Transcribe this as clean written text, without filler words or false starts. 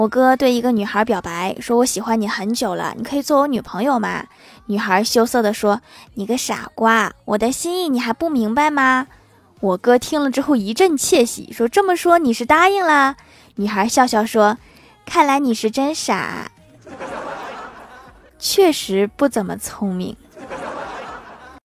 我哥对一个女孩表白，说我喜欢你很久了，你可以做我女朋友吗？女孩羞涩地说，你个傻瓜，我的心意你还不明白吗？我哥听了之后一阵窃喜，说这么说你是答应了？女孩笑笑说，看来你是真傻，确实不怎么聪明。